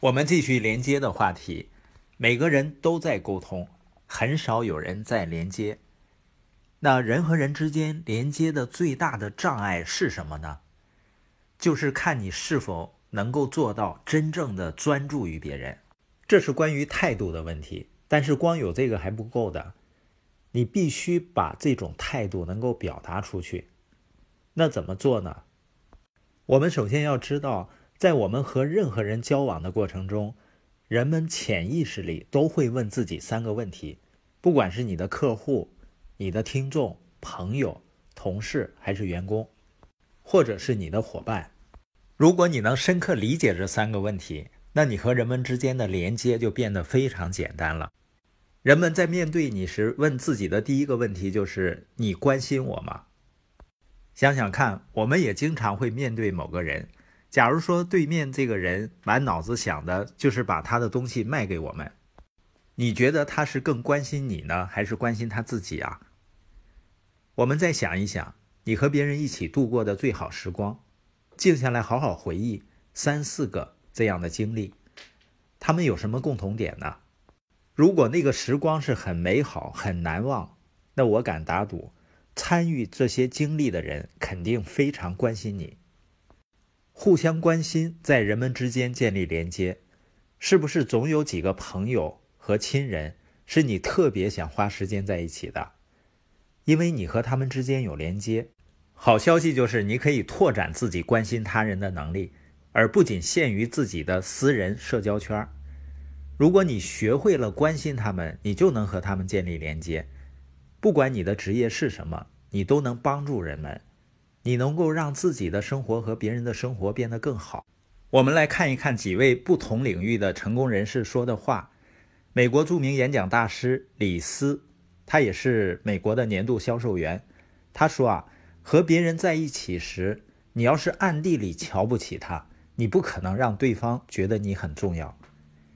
我们继续连接的话题，每个人都在沟通，很少有人在连接。那人和人之间连接的最大的障碍是什么呢？就是看你是否能够做到真正的专注于别人。这是关于态度的问题，但是光有这个还不够的，你必须把这种态度能够表达出去。那怎么做呢？我们首先要知道，在我们和任何人交往的过程中，人们潜意识里都会问自己3个问题，不管是你的客户、你的听众、朋友、同事还是员工，或者是你的伙伴。如果你能深刻理解这3个问题，那你和人们之间的连接就变得非常简单了。人们在面对你时问自己的第一个问题就是：你关心我吗？想想看，我们也经常会面对某个人，假如说对面这个人满脑子想的就是把他的东西卖给我们，你觉得他是更关心你呢，还是关心他自己啊？我们再想一想，你和别人一起度过的最好时光，静下来好好回忆3、4个这样的经历，他们有什么共同点呢？如果那个时光是很美好、很难忘，那我敢打赌，参与这些经历的人肯定非常关心你。互相关心在人们之间建立连接，是不是总有几个朋友和亲人是你特别想花时间在一起的？因为你和他们之间有连接。好消息就是你可以拓展自己关心他人的能力，而不仅限于自己的私人社交圈。如果你学会了关心他们，你就能和他们建立连接。不管你的职业是什么，你都能帮助人们，你能够让自己的生活和别人的生活变得更好。我们来看一看几位不同领域的成功人士说的话。美国著名演讲大师李斯，他也是美国的年度销售员。他说和别人在一起时，你要是暗地里瞧不起他，你不可能让对方觉得你很重要。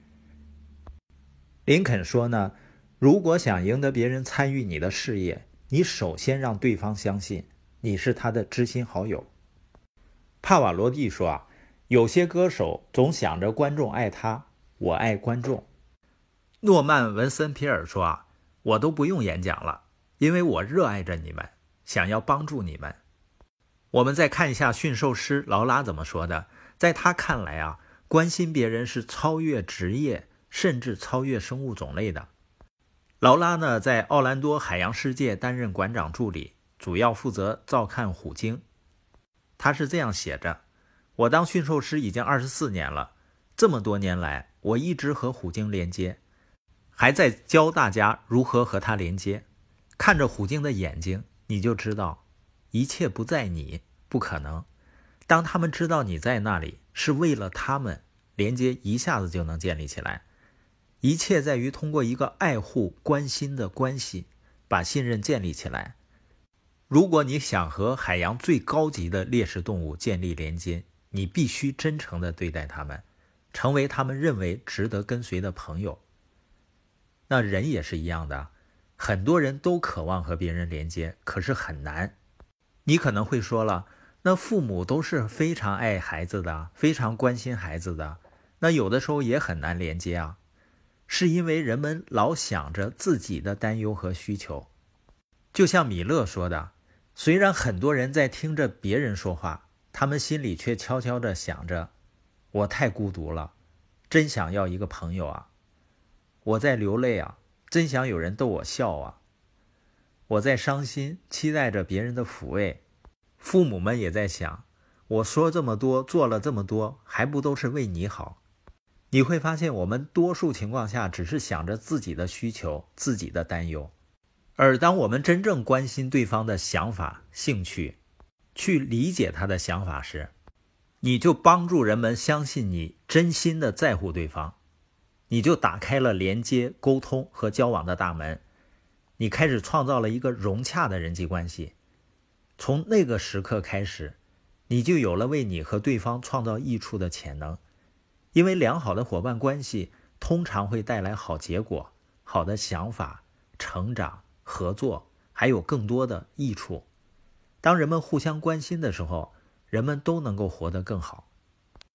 林肯说呢，如果想赢得别人参与你的事业，你首先让对方相信你是他的知心好友。帕瓦罗蒂说有些歌手总想着观众爱他，我爱观众。诺曼·文森皮尔说我都不用演讲了，因为我热爱着你们，想要帮助你们。我们再看一下驯兽师劳拉怎么说的。在他看来关心别人是超越职业，甚至超越生物种类的。劳拉呢，在奥兰多海洋世界担任馆长助理，主要负责照看虎鲸。他是这样写着：我当驯兽师已经24年了，这么多年来，我一直和虎鲸连接，还在教大家如何和它连接。看着虎鲸的眼睛，你就知道，一切不在你，不可能。当他们知道你在那里，是为了他们，连接一下子就能建立起来。一切在于通过一个爱护、关心的关系，把信任建立起来。如果你想和海洋最高级的猎食动物建立连接，你必须真诚地对待他们，成为他们认为值得跟随的朋友。那人也是一样的，很多人都渴望和别人连接，可是很难。你可能会说了，那父母都是非常爱孩子的，非常关心孩子的，那有的时候也很难连接是因为人们老想着自己的担忧和需求。就像米勒说的，虽然很多人在听着别人说话，他们心里却悄悄地想着，我太孤独了，真想要一个朋友我在流泪真想有人逗我笑我在伤心，期待着别人的抚慰。父母们也在想，我说这么多，做了这么多，还不都是为你好？你会发现，我们多数情况下只是想着自己的需求，自己的担忧。而当我们真正关心对方的想法、兴趣，去理解他的想法时，你就帮助人们相信你真心的在乎对方，你就打开了连接、沟通和交往的大门，你开始创造了一个融洽的人际关系。从那个时刻开始，你就有了为你和对方创造益处的潜能。因为良好的伙伴关系通常会带来好结果、好的想法、成长、合作，还有更多的益处。当人们互相关心的时候，人们都能够活得更好。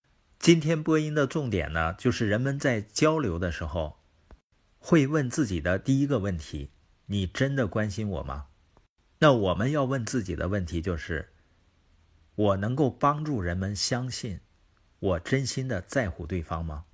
今天播音的重点呢，就是人们在交流的时候，会问自己的第一个问题：你真的关心我吗？那我们要问自己的问题就是：我能够帮助人们相信我真心的在乎对方吗？